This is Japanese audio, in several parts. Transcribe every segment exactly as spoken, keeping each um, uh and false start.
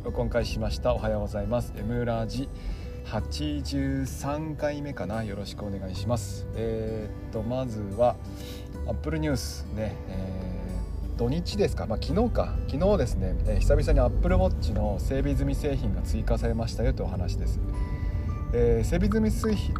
録音開始しました。おはようございます。 M ラジはちじゅうさんかいめかな。よろしくお願いします。えー、っとまずは Apple ニュースね、えー、土日ですか、まあ、昨日か昨日ですね、えー、久々に Apple Watch の整備済み製品が追加されましたよというお話です。えー、整備済み製品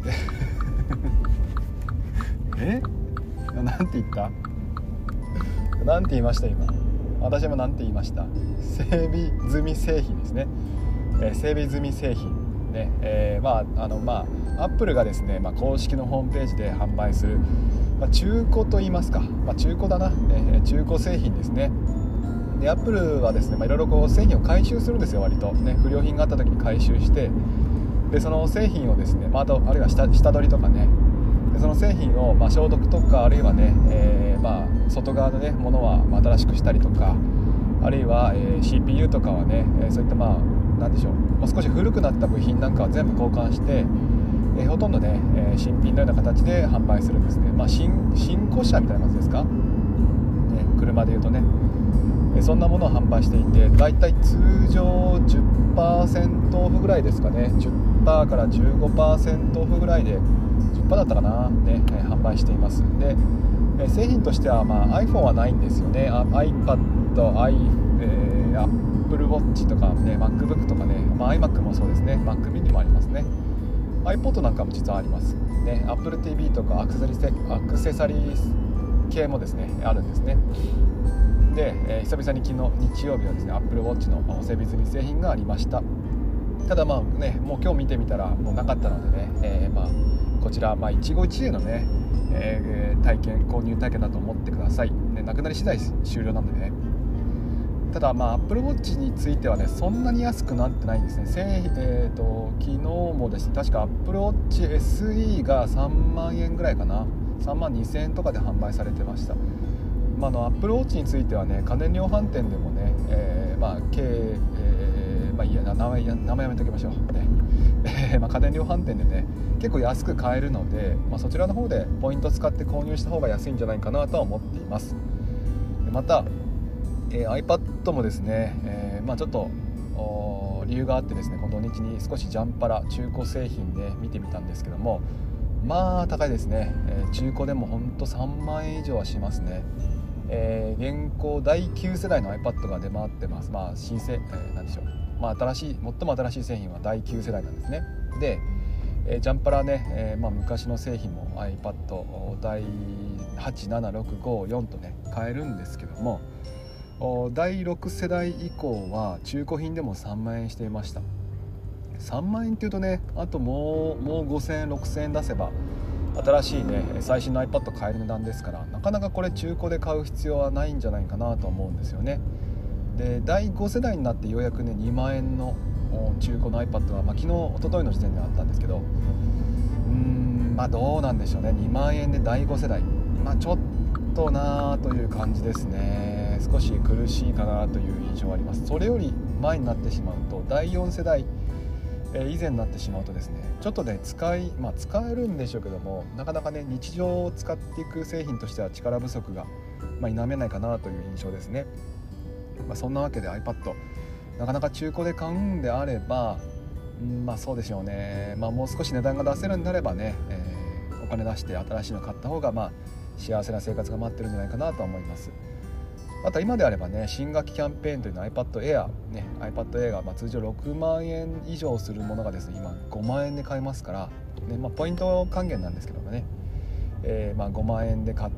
えなんて言ったなんて言いました今。私もなんて言いました。整備済み製品ですね、えー、整備済み製品ね、えー、まああのまあアップルがですね、まあ、公式のホームページで販売する、まあ、中古と言いますか、まあ、中古だな、えー、中古製品ですね。でアップルはですね、まあ、いろいろこう製品を回収するんですよ。割とね、不良品があった時に回収して、でその製品をですね、まあ、あとあるいは 下, 下取りとかね、でその製品をまあ消毒とか、あるいはね、えー、まあ外側のねものは新しくしたりとか、あるいは、えー、シーピーユー とかはね、えー、そういったまあなんでしょう、まあ、少し古くなった部品なんかは全部交換して、えー、ほとんどね、えー、新品のような形で販売するんですね。まあ 新, 新古車みたいな感じですか、ね、車でいうとね、えー、そんなものを販売していて、だいたい通常 じゅっパーセント オフぐらいですかね。 じゅっパーセント から じゅうごパーセント オフぐらいで じゅっパーセント だったかな、ね、えー、販売しています。で、えー、製品としては、まあ、iPhone はないんですよね。iPad、I、えー、Apple Watch とか、ね、MacBook とかね、まあ、iMac もそうですね。Mac mini もありますね。 iPod なんかも実はあります、ね、Apple ティーブイ とかアクセサリー、アクセサリー系もですねあるんですね。で、えー、久々に昨日日曜日はですね Apple Watch の整備済み製品がありました。ただまあね、もう今日見てみたらもうなかったのでね、えー、まあこちら、まあ、一期一会のね、えー、体験購入体験だと思ってください、ね、なくなり次第終了なんでね。ただまあ Apple Watch についてはね、そんなに安くなってないんですね。えー、と昨日もですね、確か Apple Watch エスイー がさんまんえんぐらいかな、さんまんにせんえんとかで販売されてました。まあ、あの Apple Watch についてはね、家電量販店でもね、えー、まあ計、えー、まあいいや、名前名前やめときましょうね。まあ家電量販店でね結構安く買えるので、まあ、そちらの方でポイント使って購入した方が安いんじゃないかなとは思っています。また、えー、iPad もですね、えーまあ、ちょっと理由があってですね、この土日に少しジャンパラ中古製品で見てみたんですけども、まあ高いですね、えー、中古でもほんとさんまんえん以上はしますね。えー、現行だいきゅう世代の iPad が出回ってます。まあ新製、えー、なんでしょう、まあ、新しい最も新しい製品はだいきゅう世代なんですね。で、えー、ジャンパラね、えーまあ、昔の製品も iPad だいはち、なな、ろく、ご、よんとね買えるんですけども、だいろく世代以降は中古品でもさんまんえんしていました。さんまんえんっていうとね、あともう、もうごせんえんろくせんえん出せば新しいね最新の iPad 買える値段ですから、なかなかこれ中古で買う必要はないんじゃないかなと思うんですよね。でだいご世代になってようやくねにまんえんの中古の iPad は、まあ、昨日一昨日の時点であったんですけど、うーんまあどうなんでしょうね。にまんえんでだいご世代、まあちょっとなという感じですね。少し苦しいかなという印象があります。それより前になってしまうとだいよん世代以前になってしまうとですね、ちょっとね使い、まあ、使えるんでしょうけども、なかなかね日常を使っていく製品としては力不足が、まあ、否めないかなという印象ですね。まあ、そんなわけで iPad なかなか中古で買うんであれば、うんまあそうでしょうね、まあ、もう少し値段が出せるんであればね、えー、お金出して新しいの買った方がまあ幸せな生活が待ってるんじゃないかなと思います。また今であればね、新学期キャンペーンというのは iPad Air、ね、iPad Air がまあ通常ろくまんえん以上するものがですね、今ごまんえんで買えますから、ねまあ、ポイント還元なんですけどもね、えー、まあごまんえんで買って、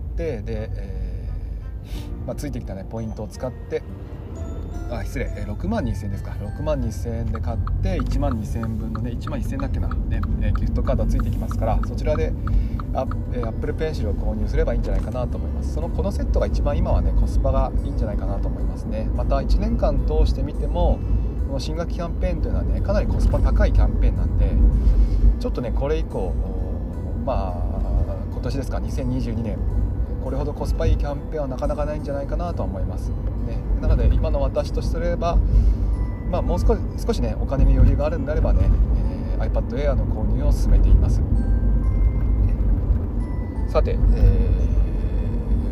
で、えーまあ、ついてきた、ね、ポイントを使って、あ失礼ろくまんにせんえんですか、ろくまんにせんえんで買っていちまんにせんえんぶんのね、いちまんせんえんだっけな、ね、ギフトカードついてきますから、そちらでアップルペンシルを購入すればいいんじゃないかなと思います。そのこのセットが一番今はねコスパがいいんじゃないかなと思いますね。またいちねんかん通してみてもこの新学期キャンペーンというのはねかなりコスパ高いキャンペーンなんで、ちょっとねこれ以降まあ今年ですかにせんにじゅうにねんこれほどコスパいいキャンペーンはなかなかないんじゃないかなと思います、ね、なので今の私とすれば、まあ、もう少し、少しねお金に余裕があるんであればね、えー、iPad Air の購入を進めています。さて、えー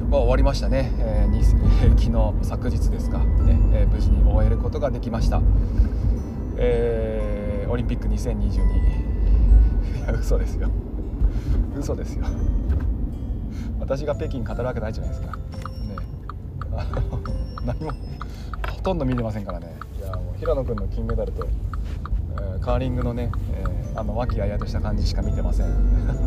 もう終わりましたね、えー、に昨日昨日ですか、ねえー、無事に終えることができました、えー、オリンピックにせんにじゅうにいや嘘ですよ嘘ですよ私が北京語るわけないじゃないですか、ね、何もほとんど見てませんからね。いやもう平野君の金メダルと、えー、カーリングのね、えー、あの和気あいあいとした感じしか見てません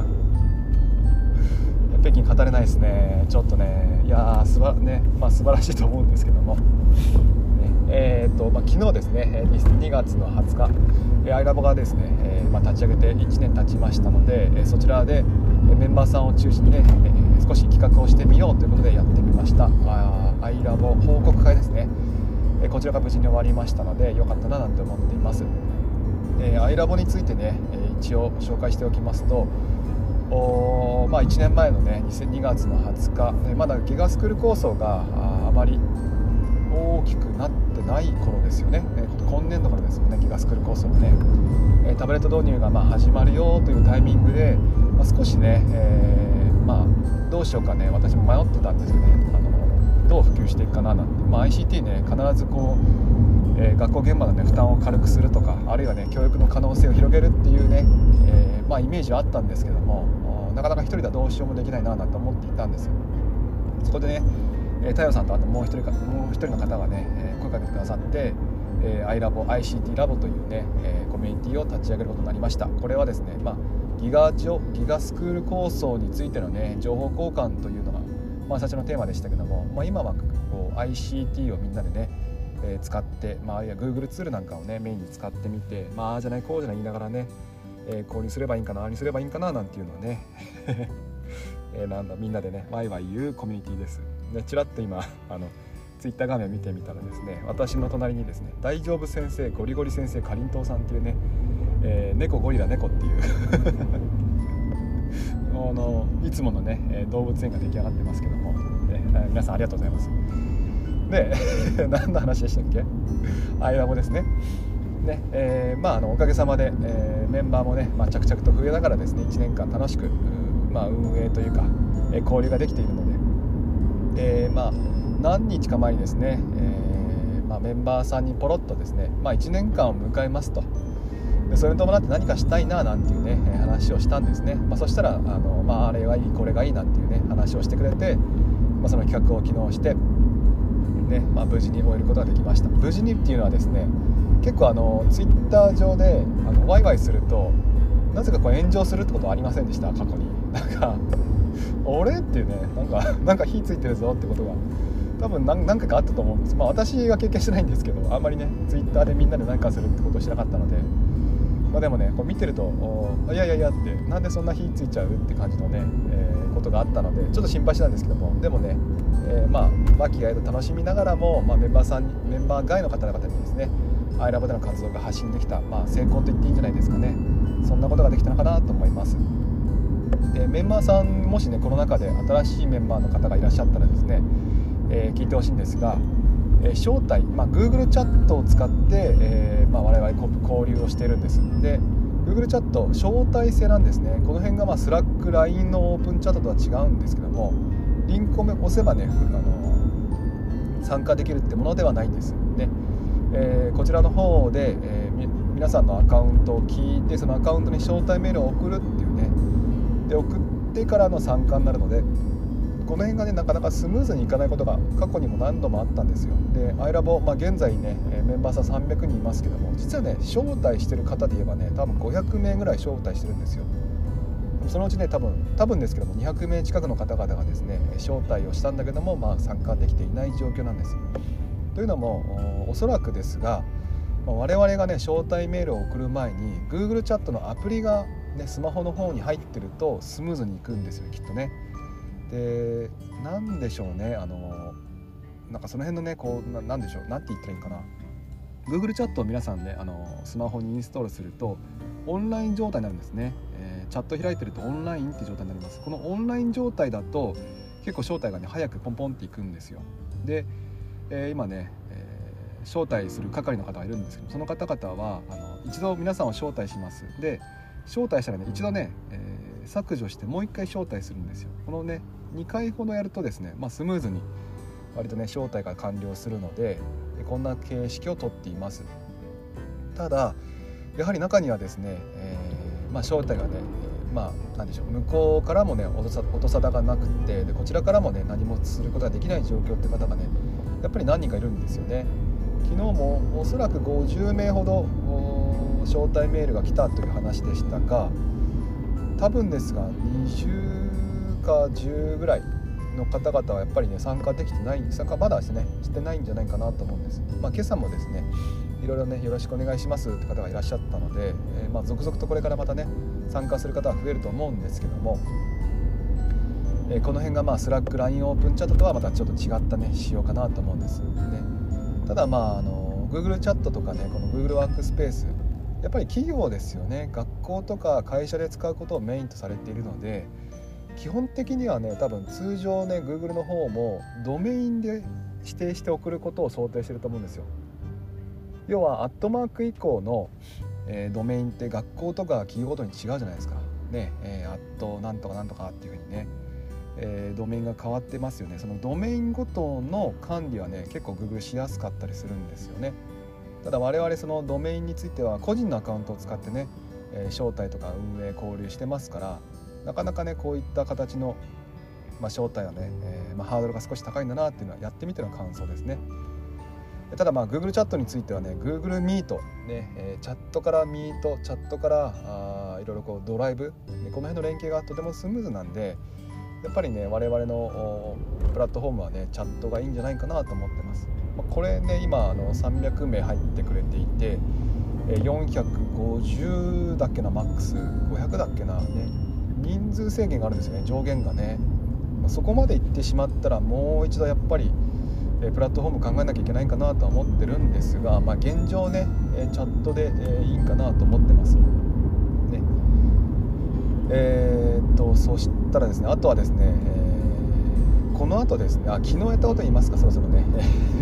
北京語れないですね。ちょっとね、いやーすば、ねまあ、素晴らしいと思うんですけども、ねえーとまあ、昨日ですねにがつのはつかアイラボがですね、えーまあ、立ち上げていちねん経ちましたので、そちらでメンバーさんを中心にね、えー、少し企画をしてみようということでやってみました。アイラボ報告会ですね、えー、こちらが無事に終わりましたのでよかったななんて思っています。えー、アイラボについてね、えー、一応紹介しておきますと、おまあ、いちねんまえのねにがつのはつか、まだギガスクール構想が あ, あまり大きくなってない頃ですよね。今年度からですよね、ギガスクール構想がね。タブレット導入がまあ始まるよというタイミングで、まあ、少しね、えーまあ、どうしようかね私も迷ってたんですよね。あのどう普及していくかななんて、まあ、アイシーティー ね必ずこう、えー、学校現場の、ね、負担を軽くするとか、あるいはね教育の可能性を広げるっていうね、えーまあ、イメージはあったんですけども、なかなか一人ではどうしようもできないななんて思っていたんですよ。そこでね太陽さんとあともう一人かもう一人の方がね声かけてくださって、えー、アイラボ アイシーティー ラボというね、えー、コミュニティを立ち上げることになりました。これはですね、まあ、ギガギガスクール構想についてのね情報交換というのが、まあ、最初のテーマでしたけども、まあ、今はこう アイシーティー をみんなでね、えー、使って、まあ、あるいは Google ツールなんかをねメインに使ってみて、まあじゃないこうじゃない言いながらね、えー、こうにすればいいんかなああにすればいいんかななんていうのをねえー、なんだみんなでねワイワイ言うコミュニティです。でちらっと今あのツイッター画面を見てみたらですね、私の隣にですね大丈夫先生ゴリゴリ先生かりんとうさんっていうね、えー、猫ゴリラ猫っていうあのいつものね動物園が出来上がってますけども、ね、皆さんありがとうございます。で何の話でしたっけ。アイラボですね。ねえーまあ、あのおかげさまで、えー、メンバーもね、まあ、着々と増えながらですねいちねんかん楽しく、まあ、運営というか、えー、交流ができているので、えーまあ、何日か前にですね、えーまあ、メンバーさんにポロッとですね、まあ、いちねんかんを迎えますと、でそれに伴って何かしたいななんていうね話をしたんですね。まあ、そしたらあの、まあ、あれがいいこれがいいなんていうね話をしてくれて、まあ、その企画を機能して、ねまあ、無事に終えることができました。無事にっていうのはですね結構あのツイッター上であのワイワイするとなぜかこう炎上するってことはありませんでした。過去になんか俺っていうねなんかなんか火ついてるぞってことが多分 何, 何回かあったと思うんです。まあ私は経験してないんですけど、あんまりねツイッターでみんなで何かするってことをしてなかったので、まあ、でもねこう見てるといやいやいやってなんでそんな火ついちゃうって感じのね、えー、ことがあったのでちょっと心配してたんですけども、でもね、えー、まあ和気あいと楽しみながらも、まあ、メンバーさんにメンバー外の方々にですねアイラボでの活動が発信できた、まあ、成功と言っていいんじゃないですかね。そんなことができたのかなと思います。でメンバーさんもしねこの中で新しいメンバーの方がいらっしゃったらですね、えー、聞いてほしいんですが、えー、招待、まあ、Google チャットを使って、えーまあ、我々交流をしているんです。で Google チャット招待制なんですね。この辺がまあ Slack、ライン のオープンチャットとは違うんですけども、リンクを押せばねあの参加できるってものではないんですね。えー、こちらの方で、えー、皆さんのアカウントを聞いてそのアカウントに招待メールを送るっていうね、で送ってからの参加になるのでこの辺がねなかなかスムーズにいかないことが過去にも何度もあったんですよ。でアイラボ、まあ、現在ねメンバーさんさんびゃくにんいますけども、実はね招待してる方で言えばね多分ごひゃくめいぐらい招待してるんですよ。そのうちね多分多分ですけどもにひゃくめい近くの方々がですね招待をしたんだけども、まあ、参加できていない状況なんです。というのも お, おそらくですが、まあ、我々がね招待メールを送る前に Google チャットのアプリが、ね、スマホの方に入ってるとスムーズにいくんですよきっとね。でなんでしょうねあのなんかその辺のねこう な, なんでしょうなんて言ったらいいかな。 Google チャットを皆さんねあのスマホにインストールするとオンライン状態になるんですね。えー、チャット開いてるとオンラインって状態になります。このオンライン状態だと結構招待がね早くポンポンっていくんですよ。でえー、今ね、えー、招待する係の方がいるんですけど、その方々はあの一度皆さんを招待します。で招待したらね一度ね、えー、削除してもう一回招待するんですよ。このねにかいほどやるとですね、まあ、スムーズに割とね招待が完了するので、こんな形式をとっています。ただやはり中にはですね、えーまあ、招待がね、えー、まあ何でしょう、向こうからもね音さ音沙汰がなくて、でこちらからもね何もすることができない状況って方がねやっぱり何人かいるんですよね。昨日もおそらくごじゅうめいほど招待メールが来たという話でしたが、多分ですがにじゅうかじゅうぐらいの方々はやっぱりね参加できてない、参加まだですねしてないんじゃないかなと思うんです。まあ、今朝もですねいろいろねよろしくお願いしますって方がいらっしゃったので、えー、まあ続々とこれからまたね参加する方は増えると思うんですけども、えー、この辺がまあスラック ライン オープンチャットとはまたちょっと違ったね仕様かなと思うんですね。ただまああの Google チャットとかね、この Google ワークスペース、やっぱり企業ですよね。学校とか会社で使うことをメインとされているので、基本的にはね多分通常ね Google の方もドメインで指定して送ることを想定してると思うんですよ。要はアットマーク以降の、えー、ドメインって学校とか企業ごとに違うじゃないですかね、えー、アットなんとかなんとかっていう風にね、えー、ドメインが変わってますよね。そのドメインごとの管理はね結構 Google しやすかったりするんですよね。ただ我々そのドメインについては個人のアカウントを使ってね、えー、招待とか運営交流してますから、なかなかねこういった形の、まあ、招待はね、えーまあ、ハードルが少し高いんだなっていうのはやってみての感想ですね。ただまあ Google チャットについてはね Google Meet ね、えー、チャットから Meet、チャットからあいろいろこうドライブ、ね、この辺の連携がとてもスムーズなんで、やっぱりね我々のプラットフォームはねチャットがいいんじゃないかなと思ってます。まあ、これね今あのさんびゃくめい入ってくれていて、よんひゃくごじゅうだっけな、マックスごひゃくだっけなね、人数制限があるんですよね、上限がね。まあ、そこまで行ってしまったらもう一度やっぱりプラットフォーム考えなきゃいけないかなとは思ってるんですが、まあ、現状ねチャットでいいんかなと思ってますね。えー、っとそしたらですね、あとはですね、えー、この後ですね、あ昨日やったこと言いますか、そろそろね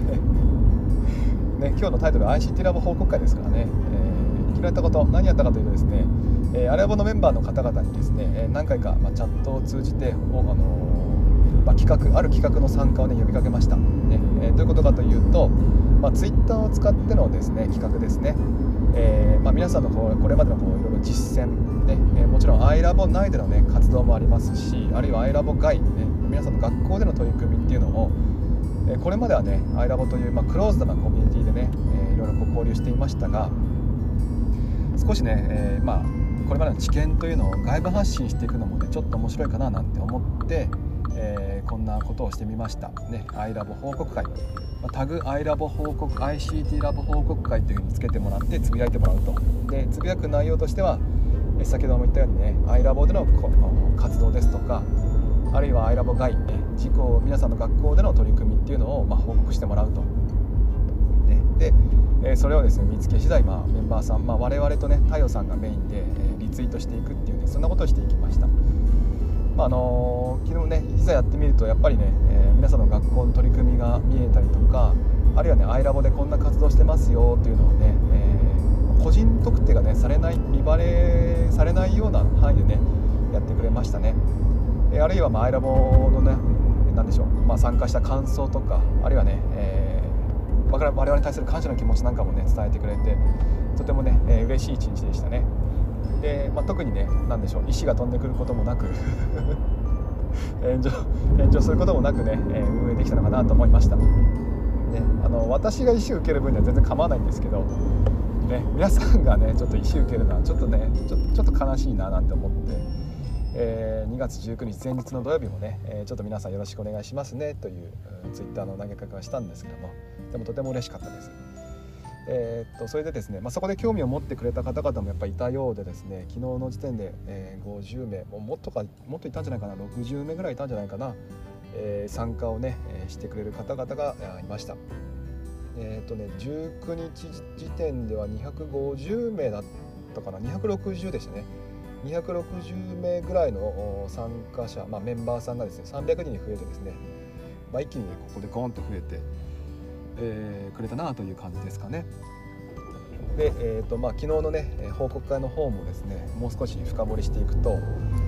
ね、今日のタイトル アイシーティー ラボ報告会ですからね、えー、昨日やったこと何やったかというとですね、えー、アラボのメンバーの方々にですね何回か、まあ、チャットを通じてお、あのーまあ、企画ある企画の参加をね呼びかけました、ねえー、どういうことかというと、まあ、ツイッターを使ってのですね企画ですね、えーまあ、皆さんのこうこれまでのこういろいろ実践、ねえー、もちろん アイラボ 内での、ね、活動もありますし、あるいは アイラボ 外、ね、皆さんの学校での取り組みっていうのをこれまではね アイラボ という、まあ、クローズドなコミュニティでね、えー、いろいろこう交流していましたが、少しね、えー、まあこれまでの知見というのを外部発信していくのもねちょっと面白いかななんて思って、えー、こんなことをしてみましたね。 アイラボ 報告会、まあ、タグ アイラボ 報告 アイシーティー ラボ報告会というふうにつけてもらってつぶやいてもらうと。でつぶやく内容としては、えー、先ほども言ったようにね アイラボ での活動ですとか、あるいは アイラボ 外、ね、自己皆さんの学校での取り組みっていうのを、まあ、報告してもらうと、ね、で、えー、それをですね見つけ次第、まあ、メンバーさん、まあ、我々とね太陽さんがメインで、えー、リツイートしていくっていうねそんなことをしていきました。まああのー、昨日ねいざやってみるとやっぱりね、えー、皆さんの学校の取り組みが見えたりとか、あるいはね アイラボ でこんな活動してますよっていうのをね、えー、個人特定がねされない見バレされないような範囲でねやってくれましたね。あるいはまあ アイラボ のね何でしょう、まあ、参加した感想とか、あるいはね、えー、我々に対する感謝の気持ちなんかもね伝えてくれて、とてもね、えー、嬉しい一日でしたね。で、まあ、特にね何でしょう、石が飛んでくることもなく炎上炎上することもなくね、えー、運営できたのかなと思いました、ね、あの私が石を受ける分には全然構わないんですけど、ね、皆さんがねちょっと石を受けるのはちょっとねちょ、ちょっと悲しいななんて思って、えー、にがつじゅうくにち前日の土曜日もね、えー、ちょっと皆さんよろしくお願いしますねという、うん、ツイッターの投げかけをしたんですけども、でもとても嬉しかったです。えー、っとそれでですね、まあ、そこで興味を持ってくれた方々もやっぱりいたようでですね、昨日の時点で、えー、ごじゅうめいもうもっとかもっといたんじゃないかな、ろくじゅうめいぐらいいたんじゃないかな、えー、参加をね、えー、してくれる方々がいました。えー、っとねじゅうくにち時点ではにひゃくごじゅうめいだったかな、にひゃくろくじゅうでしたね。にひゃくろくじゅうめいぐらいの参加者、まあ、メンバーさんがですねさんびゃくにんに増えてですね、まあ、一気に、ね、ここでゴーンと増えて、えー、くれたなという感じですかね。で、えーとまあ、昨日のね報告会の方もですねもう少し深掘りしていくと、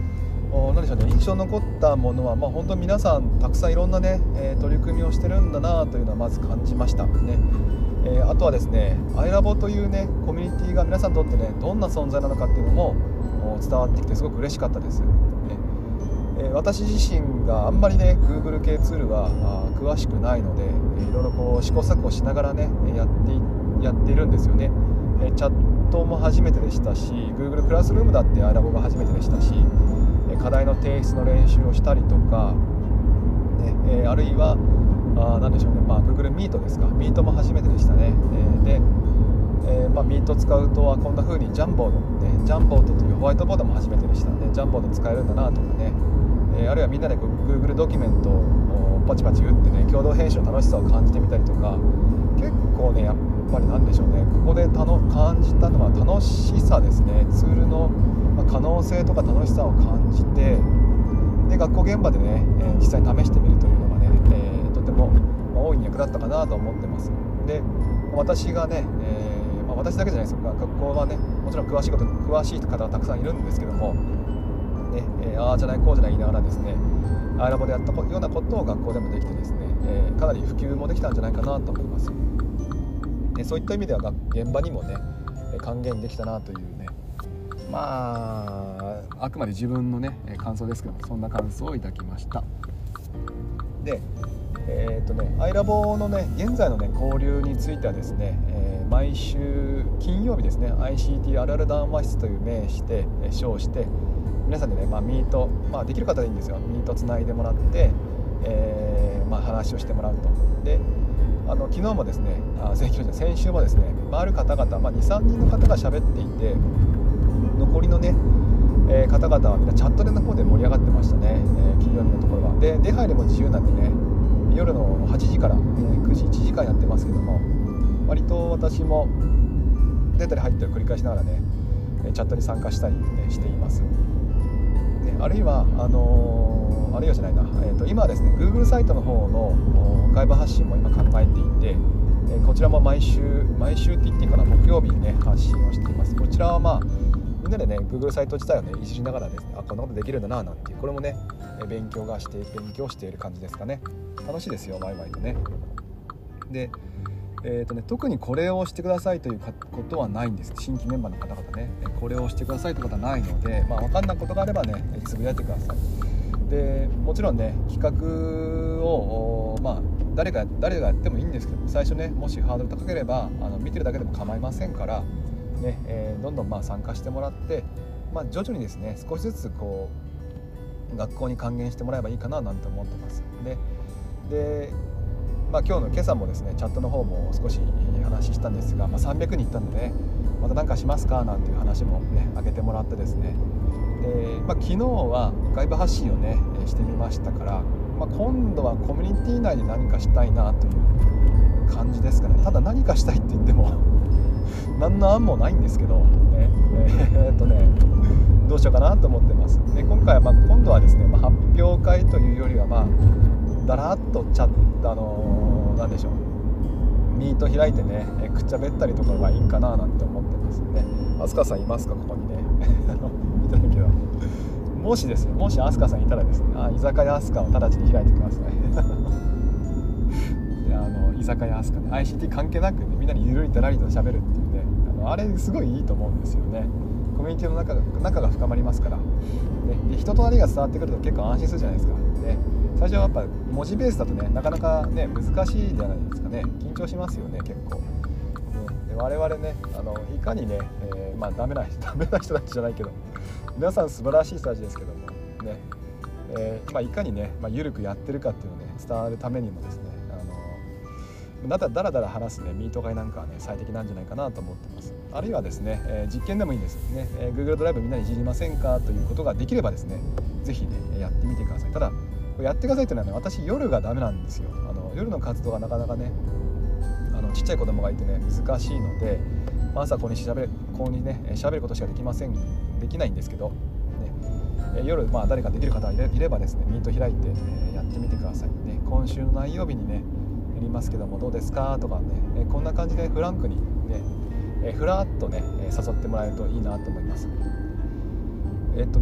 何でしょうね、印象に残ったものは、まあ、本当に皆さんたくさんいろんなね、えー、取り組みをしてるんだなというのはまず感じましたね。えー、あとはですね、アイラボというねコミュニティが皆さんにとってねどんな存在なのかっていうのも伝わってきてすごく嬉しかったです、ね。えー、私自身があんまりね Google 系ツールはあ詳しくないので、えー、いろいろこう試行錯誤しながらねやってやっているんですよね。えー、チャットも初めてでしたし、 Google クラスルームだってアイラボが初めてでしたし、えー、課題の提出の練習をしたりとか、ねえー、あるいはあなんでしょうね、まあ、Google Meet ですか、Meet も初めてでしたね。えー、で、えーまあ、Meet 使うとはこんな風にジャンボード、ね、ジャンボードというホワイトボードも初めてでしたね。ジャンボード使えるんだなとかね、えー、あるいはみんなで Google ドキュメントをパチパチ打ってね共同編集の楽しさを感じてみたりとか、結構ねやっぱりなんでしょうね、ここでたの感じたのは楽しさですね。ツールの可能性とか楽しさを感じて、で学校現場でね、えー、実際に試してみるというのがね、えー、とても、まあ、大いに役立ったかなと思ってます。で私がね、えーまあ、私だけじゃないですよ、学校はねもちろん詳しいこと詳しい方がたくさんいるんですけども、ねえー、ああじゃないこうじゃない言いながらですね、アイラボでやったようなことを学校でもできてですね、えー、かなり普及もできたんじゃないかなと思います。でそういった意味では現場にもね還元できたなというね、まああくまで自分のね感想ですけども、そんな感想をいただきました。でえーとね、アイラボのね現在のね交流についてはですね、えー、毎週金曜日ですね アイシーティー あるある談話室という名して、えー、称して皆さんでね、まあ、ミート、まあ、できる方でいいんですよ、ミートつないでもらって、えーまあ、話をしてもらうと。であの昨日もですねあ先週もですね、まあ、ある方々、まあ、にさんにんの方が喋っていて、残りのね、えー、方々はみんなチャットでの方で盛り上がってましたね、えー、金曜日のところは。で出入りも自由なんでね、夜のはちじから、ね、くじいちじかんやってますけども、割と私も出たり入ったり繰り返しながらねチャットに参加したり、ね、しています。であるいはあのー、あるいはじゃないな、えー、と今はですね Google サイトの方の外部発信も今考えていて、えー、こちらも毎週毎週って言っていいかな、木曜日にね発信をしています。こちらはまあみんなでね Google サイト自体をねいじりながらですね、あこんなことできるんだななんていう、これもね勉強がして勉強している感じですかね。楽しいですよ、ワイワイとね。で、えーとね、特にこれをしてくださいということはないんです。新規メンバーの方々ね、これをしてくださいということはないので、まあ、分かんないことがあればねつぶやいてください。でもちろんね企画を、まあ、誰が誰がやってもいいんですけど、最初ねもしハードル高ければあの見てるだけでも構いませんから、ねえー、どんどんまあ参加してもらって、まあ、徐々にですね少しずつこう学校に還元してもらえばいいかななんて思ってます。でで、まあ、今日の今朝もですねチャットの方も少し話したんですが、まあ、さんびゃくにんいったんでね、また何かしますかなんていう話もね挙げてもらってですね、で、まあ、昨日は外部発信をねしてみましたから、まあ、今度はコミュニティ内で何かしたいなという感じですかね。ただ何かしたいって言っても何の案もないんですけど、ね、えー、っとねどうしようかなと思ってます。で今回はまあ今度はですね、まあ、発表会というよりはまあだらっとチャット、あのー、なんでしょう、ミート開いてねくっちゃべったりとかがいいかななんて思ってますね。飛鳥さんいますかここにね見てないけど、もしですねもし飛鳥さんいたらですね、あ居酒屋飛鳥を直ちに開いてくださいであの居酒屋飛鳥ね アイシーティー 関係なくねみんなにゆるりだらりと喋るっていうね、あのあれすごいいいと思うんですよね。コミュニティの中が仲が深まりますから、ね、で人となりが伝わってくると結構安心するじゃないですか。ね最初はやっぱ文字ベースだとねなかなかね難しいじゃないですかね。緊張しますよね結構。ね、で我々ねあのいかにね、えー、まあダメなダメな人たちじゃないけど皆さん素晴らしい人たちですけどもね、えーまあ、いかにね、まあ、緩くやってるかっていうのをね伝わるためにもですね、あのだだらだら話すねミート会なんかはね最適なんじゃないかなと思ってます。あるいはですね、えー、実験でもいいんですね、えー、Google ドライブみんなにいじりませんかということができればですねぜひねやってみてください。ただやってくださいというのはね私夜がダメなんですよ。あの夜の活動がなかなかねあのちっちゃい子供がいてね難しいので、朝ここにしゃべるここにね喋ることしかできませんできないんですけど、ね、夜、まあ、誰かできる方がい れ, いればですねミート開いて、えー、やってみてください、ね、今週の何曜日にねやりますけどもどうですかとかね、えー、こんな感じでフランクにね、えー、ふらっとね誘ってもらえるといいなと思います。えっとね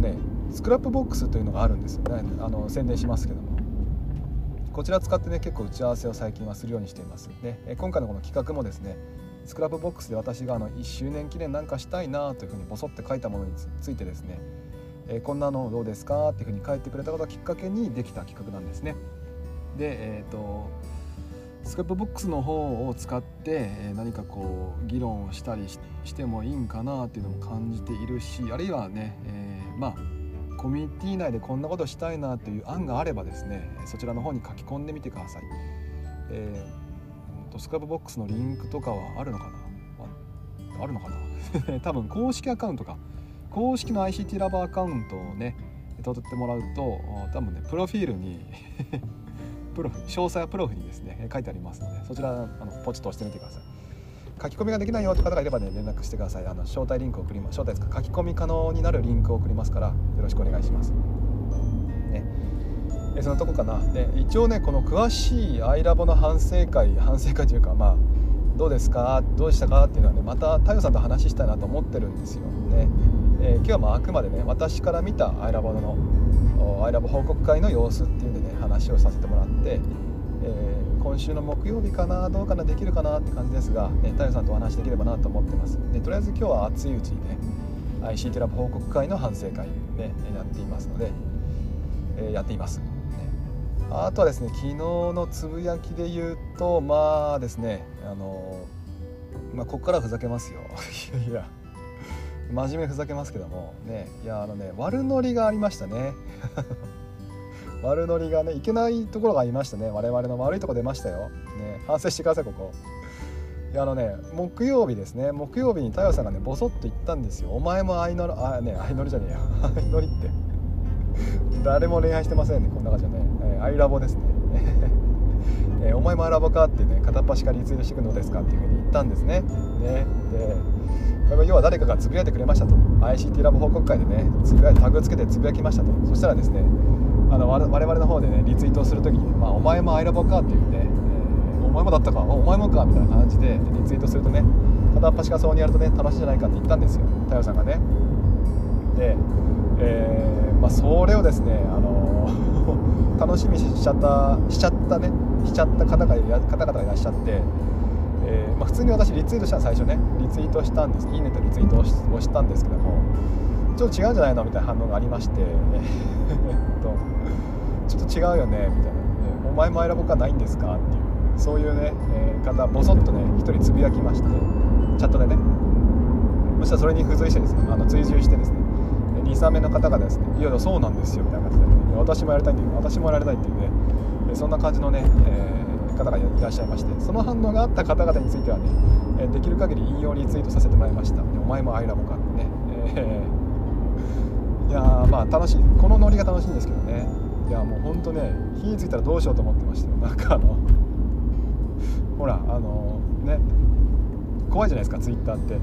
スクラップボックスというのがあるんですよね。あの宣伝しますけども、こちら使ってね結構打ち合わせを最近はするようにしていますね。今回のこの企画もですね、スクラップボックスで私があのいっしゅうねん記念なんかしたいなというふうにボソって書いたものについてですね、えー、こんなのどうですかっていうふうに書いてくれたことがきっかけにできた企画なんですね。で、えーとスクラップボックスの方を使って何かこう議論をしたり し, してもいいんかなっていうのも感じているし、あるいはね、えー、まあコミュニティ内でこんなことしたいなという案があればですね、そちらの方に書き込んでみてください。えー、スクラップボックスのリンクとかはあるのかな、あ, あるのかな多分公式アカウントか公式の アイシーティー ラボアカウントをね取ってもらうと、多分ねプロフィールにプロフ詳細はプロフにですね書いてありますので、そちらあのポチッと押してみてください。書き込みができないよって方がいればね連絡してください。あの招待リンクを送ります。招待ですか、書き込み可能になるリンクを送りますからよろしくお願いします。ね、えそのとこかな。で一応ねこの詳しいアイラボの反省会反省会というか、まあどうですかどうしたかっていうのはねまた太陽さんと話したいなと思ってるんですよね。えー、今日はまああくまでね私から見たアイラボのアイラボ報告会の様子っていうんでね話をさせてもらって、えー、今週の木曜日かなどうかなできるかなって感じですが、ね、太陽さんとお話できればなと思ってます。でとりあえず今日は熱いうちにね アイシーティー ラボ報告会の反省会ねやっていますので、えー、やっています、ね、あとはですね昨日のつぶやきで言うとまあですねあのー、まあここからふざけますよいや真面目ふざけますけどもね、いやあのね悪ノリがありましたね悪ノリがねいけないところがありましたね。我々の悪いところ出ましたよ、ね、反省してください。ここいやあのね木曜日ですね木曜日に太陽さんがねボソッと言ったんですよ。お前も相乗りあね相乗りじゃねえよ相乗りって誰も恋愛してませんねこんな感じでね、えー、アイラボですねえー、お前もアイラボかってね片っ端からリツイートしてくるのですかっていうふうに言ったんですね。ねで要は誰かがつぶやいてくれましたと アイシーティー ラボ報告会でねつぶやいてタグつけてつぶやきましたと。そしたらですねあの我々の方でねリツイートをするときに、まあ、お前もアイラボかっていうね、えー、お前もだったかお前もかみたいな感じでリツイートするとね片っ端からそうにやるとね楽しいじゃないかって言ったんですよ太陽さんがね。で、えーまあ、それをですね、あのー、楽しみにしちゃったしちゃったねしちゃった方がいら方々がいらっしゃって、えーまあ、普通に私リツイートした最初ねリツイートしたんです。いいねとリツイートを し, をしたんですけどもちょっと違うんじゃないのみたいな反応がありまして、えー、っとちょっと違うよねみたいな、お前もアイラボかないんですかっていうそういうね、えー、方ボソッとね一人つぶやきましてチャットでね、そしたらそれに付随してですねあの追従してですねにさんめいの方がですねいやいやそうなんですよみたいな感じで、ね、私もやりたいっていう私もやられたいっていうねそんな感じのね、えー、方がいらっしゃいまして、その反応があった方々についてはねできる限り引用リツイートさせてもらいました。お前もアイラボかってね、えー、いやーまあ楽しいこのノリが楽しいんですけどね。いやもうほんとね火ついたらどうしようと思ってましたよ。なんかあのほらあのね怖いじゃないですかツイッターって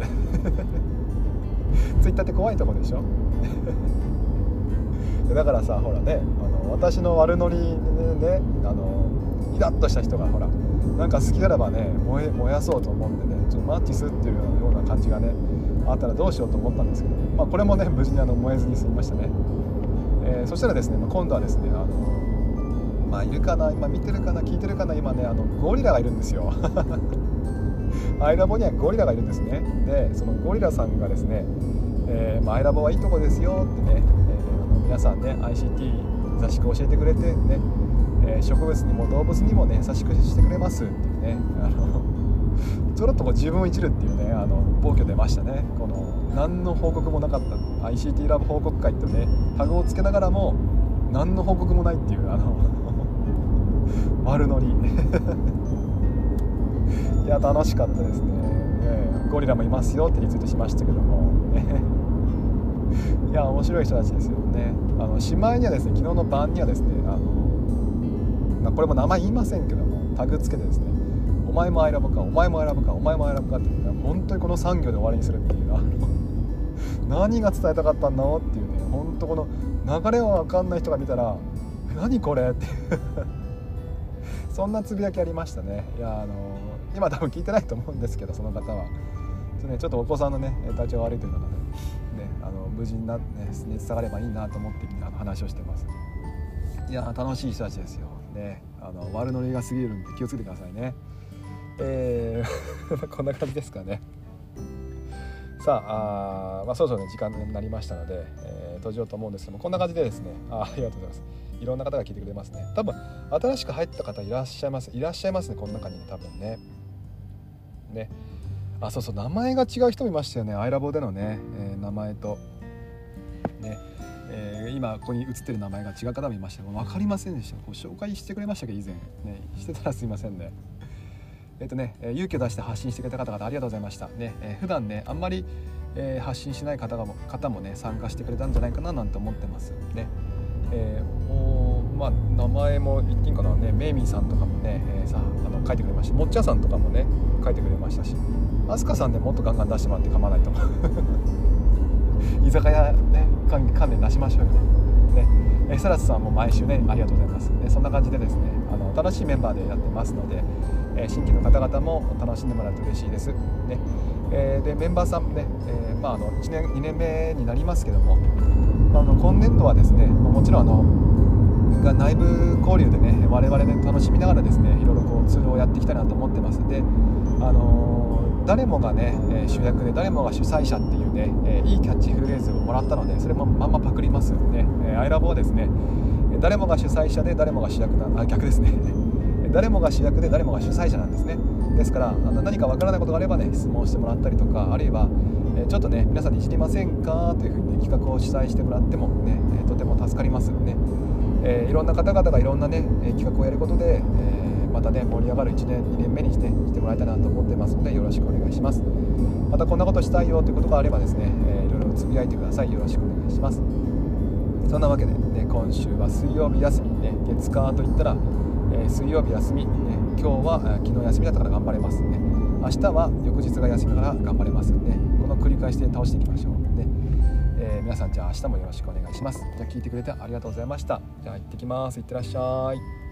ツイッターって怖いとこでしょだからさほらねあの私の悪ノリでねあのイラッとした人がほらなんか好きあらばね燃え燃やそうと思うんでねちょっとマッチすっていうような感じがねあったらどうしようと思ったんですけど、まあ、これもね無事にあの燃えずに済みましたね。えー、そしたらですね今度はですねあのまあいるかな今見てるかな聞いてるかな今ねあのゴリラがいるんですよアイラボにはゴリラがいるんですね。でそのゴリラさんがですね、えーまあ、アイラボはいいとこですよってね、えー、皆さんね アイシーティー 優しく教えてくれてね、えー、植物にも動物にもね優しくしてくれますっていうねあのちょろっとこう自分をいじるっていうねあの暴挙出ましたね。この何の報告もなかった アイシーティー ラボ報告会ってねタグをつけながらも何の報告もないっていうあの悪ノリいや楽しかったですね。えー、ゴリラもいますよってリツイートしましたけどもいや面白い人たちですよね。あのしまいにはですね昨日の晩にはですねあの、まあ、これも名前言いませんけどもタグつけてですねお前もアイラボかお前もアイラボかお前もアイラボかっていうね本当にこのさん行で終わりにするっていうあの何が伝えたかったんだろうっていうね本当この流れは分かんない人が見たら何これってそんなつぶやきありましたね。いやあの今多分聞いてないと思うんですけどその方はちょっと、ね、ちょっとお子さんのね体調悪いということであの無事にな、ね、熱下がればいいなと思ってあの話をしてます。いや楽しい人たちですよ、ね、あの悪ノリが過ぎるんで気をつけてくださいね。えー、こんな感じですかね。さあ、あ、まあ、そろそろ、ね、時間になりましたので、えー、閉じようと思うんですけども、こんな感じでですね、 あ, ありがとうございます。いろんな方が聞いてくれますね。多分新しく入った方いらっしゃいますいらっしゃいますね、この中に多分ね。ね、あ、そうそう、名前が違う人もいましたよね、アイラボでのね、えー、名前とね、えー、今ここに映ってる名前が違う方もいました。分かりませんでした。こう紹介してくれましたけど以前ね、してたらすいませんね。えっとね、勇気を出して発信してくれた方々ありがとうございましたね。えー、普段ねあんまり、えー、発信しない方がも方もね参加してくれたんじゃないかななんて思ってますね。えー、おまあ名前も言っていいかなね、メイミーさんとかもね、えー、さあの書いてくれました。もっちゃさんとかもね書いてくれましたし、アスカさんねもっとガンガン出してもらって構わないと思う居酒屋ね関連出しましょうよね。えサラスさんも毎週ねありがとうございます、ね、そんな感じでですね、あの楽しいメンバーでやってますので、えー、新規の方々も楽しんでもらえると嬉しいですね。えー、でメンバーさんね、えーまあ、あのいちねんにねんめになりますけども、まあ、あの今年度はですねもちろんあのが内部交流でね我々で楽しみながらですねいろいろこうツールをやっていきたいなと思ってますので、あのー、誰もがね主役で誰もが主催者っていうね、えー、いいキャッチフレーズをもらったので、それもまんまパクりますね。えー、アイラボはですね誰もが主催者で誰もが主役なあ逆ですね誰もが主役で誰もが主催者なんですね。ですからあの何かわからないことがあればね質問してもらったりとか、あるいは、えー、ちょっとね皆さんでいじりませんかというふうに、ね、企画を主催してもらってもね、えー、とても助かりますよね。えー、いろんな方々がいろんなね企画をやることで、えー、またね盛り上がるいちねんにねんめにしてしてもらいたいなと思ってますのでよろしくお願いします。またこんなことしたいよということがあればですね、えー、いろいろつぶやいてください。よろしくお願いします。そんなわけで、ね、今週は水曜日休み、ね、月火といったら、えー、水曜日休み、ね、今日は昨日休みだったから頑張れますね。明日は翌日が休みだから頑張れますね。この繰り返しで倒していきましょうね。えー、皆さんじゃあ明日もよろしくお願いします。じゃあ聞いてくれてありがとうございました。じゃあ行ってきます。いってらっしゃい。